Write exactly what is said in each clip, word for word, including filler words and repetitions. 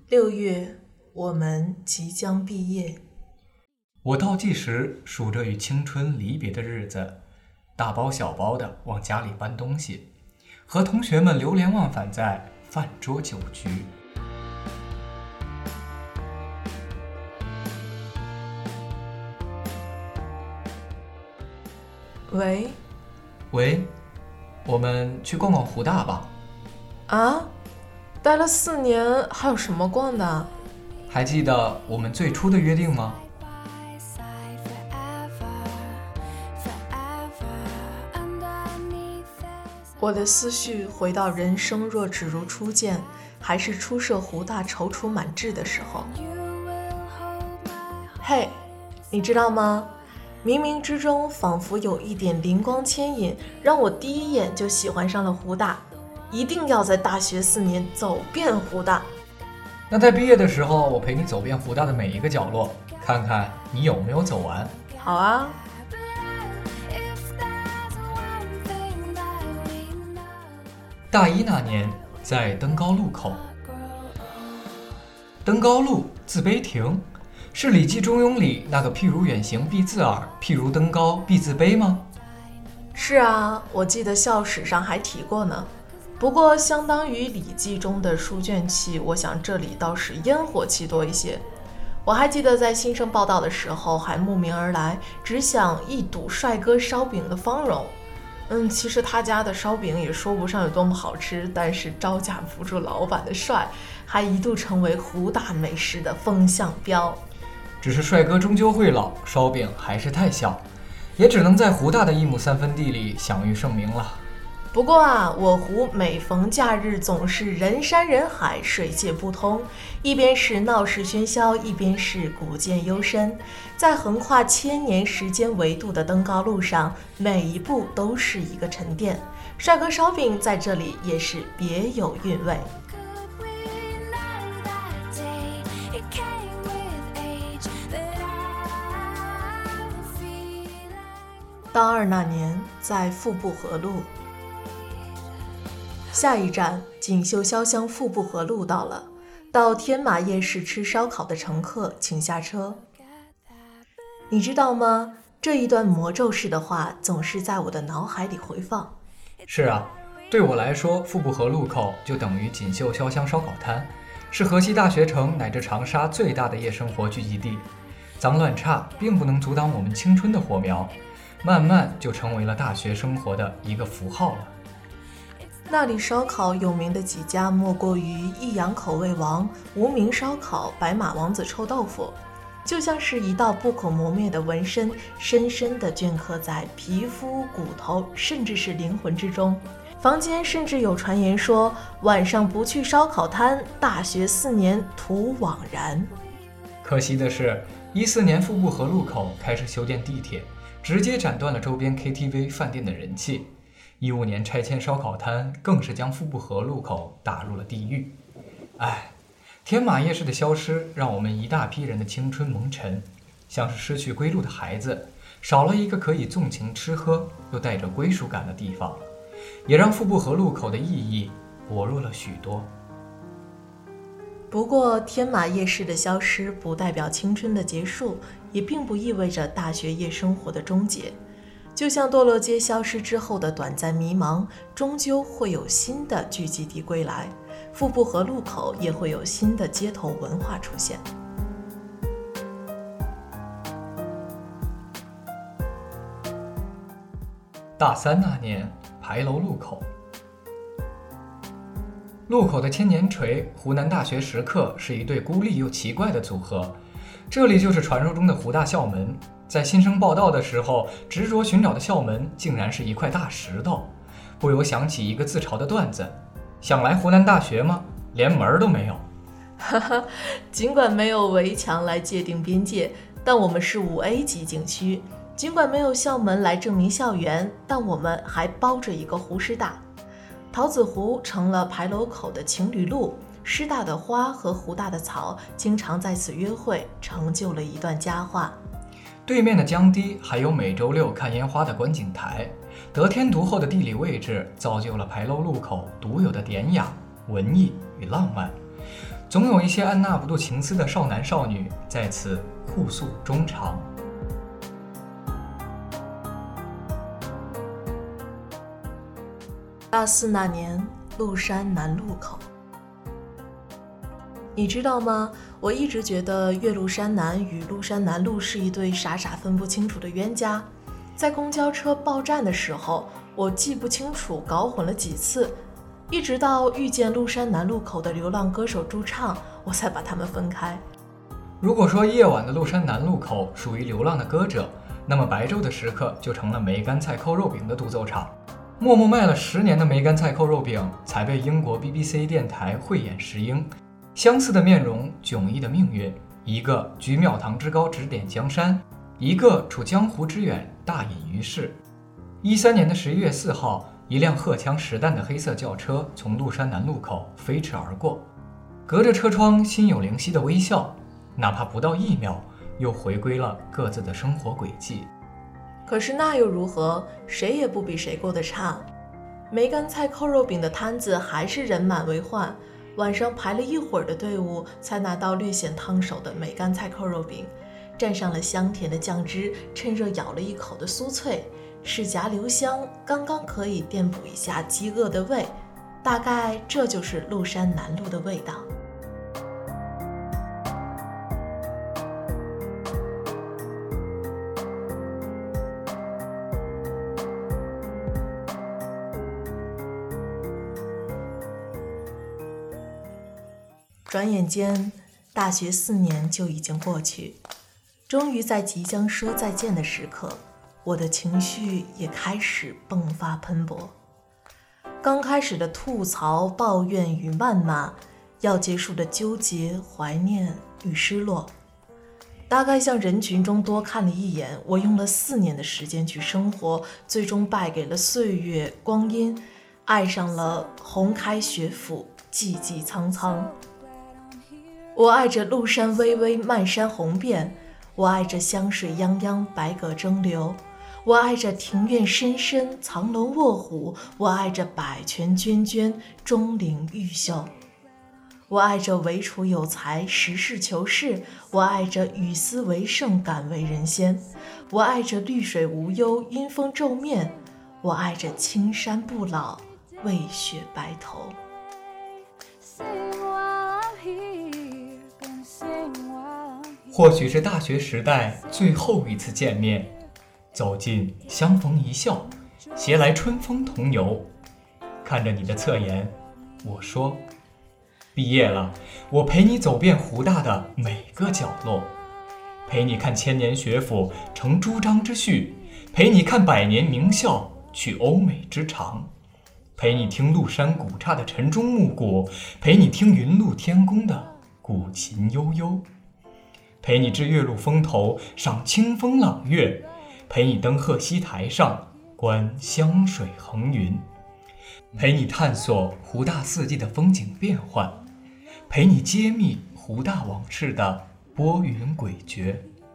六月，我们即将毕业。 我倒计时数着与青春离别的日子，大包小包地往家里搬东西，和同学们流连忘返在饭桌酒局。 喂， 喂，我们去逛逛湖大吧。 啊？待了四年，还有什么逛的？ 还记得我们最初的约定吗？ 我的思绪回到人生若只如初见，还是初涉湖大踌躇满志的时候。嘿，你知道吗？冥冥之中仿佛有一点灵光牵引，让我第一眼就喜欢上了湖大，一定要在大学四年走遍湖大。 那在毕业的时候，我陪你走遍湖大的每一个角落，看看你有没有走完。 好啊。 大一那年，在登高路口。登高路，字碑亭，是《礼记·中庸》里那个譬如远行必自耳，譬如登高必自卑吗？ 是啊，我记得校史上还提过呢。不过相当于《礼记》中的书卷气，我想这里倒是烟火气多一些。我还记得在新生报道的时候，还慕名而来，只想一睹帅哥烧饼的芳容。嗯，其实他家的烧饼也说不上有多么好吃，但是招架不住老板的帅，还一度成为湖大美食的风向标。 只是帅哥终究会老，烧饼还是太小，也只能在湖大的一亩三分地里享誉盛名了。 不过啊，我湖每逢假日总是人山人海，水泄不通，一边是闹市喧嚣，一边是古建幽深。在横跨千年时间维度的登高路上，每一步都是一个沉淀。帅哥烧饼在这里也是别有韵味。大二那年，在腹部河路。下一站，锦绣潇湘腹部河路到了。到天马夜市吃烧烤的乘客，请下车。你知道吗？这一段魔咒式的话总是在我的脑海里回放。 是啊，对我来说，腹部河路口就等于锦绣潇湘烧烤摊，是河西大学城乃至长沙最大的夜生活聚集地。脏乱差并不能阻挡我们青春的火苗，慢慢就成为了大学生活的一个符号了。 那里烧烤有名的几家莫过于益阳口味王、无名烧烤、白马王子臭豆腐，就像是一道不可磨灭的纹身，深深地镌刻在皮肤、骨头，甚至是灵魂之中。坊间甚至有传言说，晚上不去烧烤摊，大学四年徒枉然。 可惜的是，一四年腹部河路口开始修建地铁，直接斩断了周边 K T V 饭店的人气。一五年拆迁烧烤摊，更是将腹部河路口打入了地狱。唉，天马夜市的消失，让我们一大批人的青春蒙尘，像是失去归路的孩子，少了一个可以纵情吃喝又带着归属感的地方，也让腹部河路口的意义薄弱了许多。 不过，天马夜市的消失不代表青春的结束，也并不意味着大学夜生活的终结。就像堕落街消失之后的短暂迷茫，终究会有新的聚集地归来，腹部河路口也会有新的街头文化出现。 大三那年，牌楼路口。路口的千年锤、湖南大学食客是一对孤立又奇怪的组合，这里就是传说中的湖大校门。在新生报到的时候，执着寻找的校门竟然是一块大石头，不由想起一个自嘲的段子：想来湖南大学吗？连门都没有。 哈哈，尽管没有围墙来界定边界，但我们是五 A 级景区；尽管没有校门来证明校园，但我们还包着一个湖师大。桃子湖成了牌楼口的情侣路，师大的花和湖大的草经常在此约会，成就了一段佳话。 对面的江堤还有每周六看烟花的观景台，得天独厚的地理位置造就了牌楼路口独有的典雅、文艺与浪漫。 总有一些按捺不住情思的少男少女在此互诉衷肠。 大四那年，麓山南路口。你知道吗？我一直觉得岳麓山南与麓山南路是一对傻傻分不清楚的冤家。在公交车报站的时候，我记不清楚，搞混了几次，一直到遇见麓山南路口的流浪歌手驻唱，我才把他们分开。 如果说夜晚的麓山南路口属于流浪的歌者，那么白昼的时刻就成了梅干菜扣肉饼的独奏场。默默卖了十年的梅干菜扣肉饼，才被英国 B B C 电台慧眼识英。相似的面容，迥异的命运，一个居庙堂之高指点江山，一个处江湖之远大隐于世。一三年的十一月四号，一辆荷枪实弹的黑色轿车从麓山南路口飞驰而过，隔着车窗心有灵犀的微笑，哪怕不到一秒，又回归了各自的生活轨迹。 可是那又如何？谁也不比谁过得差。梅干菜扣肉饼的摊子还是人满为患，晚上排了一会儿的队伍才拿到略显烫手的梅干菜扣肉饼，蘸上了香甜的酱汁，趁热咬了一口的酥脆，齿颊留香，刚刚可以填补一下饥饿的胃。大概这就是麓山南路的味道。转眼间，大学四年就已经过去，终于在即将说再见的时刻，我的情绪也开始迸发喷薄。刚开始的吐槽、抱怨与谩骂，要结束的纠结、怀念与失落，大概向人群中多看了一眼，我用了四年的时间去生活，最终败给了岁月光阴，爱上了红开学府，寂寂苍苍。我爱着麓山巍巍，漫山红遍，我爱着香水泱泱，百舸争流，我爱着庭院深深，藏龙卧虎，我爱着百泉涓涓，钟灵毓秀，我爱着唯楚有才，实事求是，我爱着与斯为盛，敢为人先，我爱着绿水无忧，阴风皱面，我爱着青山不老，为雪白头。 或许是大学时代最后一次见面，走近相逢一笑，携来春风同游。看着你的侧颜，我说毕业了，我陪你走遍湖大的每个角落，陪你看千年学府成朱张之序，陪你看百年名校去欧美之长，陪你听麓山古刹的晨钟暮鼓，陪你听云路天宫的古琴悠悠，陪你至岳麓峰头赏清风朗月，陪你登鹤溪台上观湘水横云，陪你探索湖大四季的风景变幻，陪你揭秘湖大往事的波云诡谲。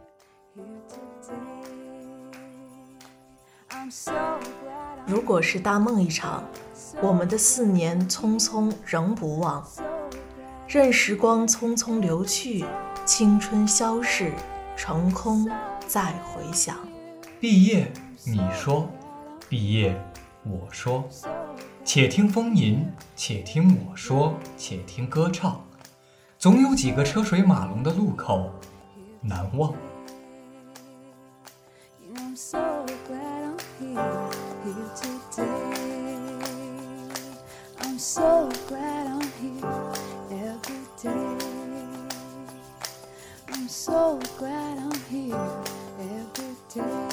如果是大梦一场，我们的四年匆匆仍不忘，任时光匆匆流去，青春消逝，成空再回想。 毕业你说，毕业我说，且听风吟，且听我说，且听歌唱，总有几个车水马龙的路口难忘。 So glad I'm here every day. I'm so glad I'm here every day.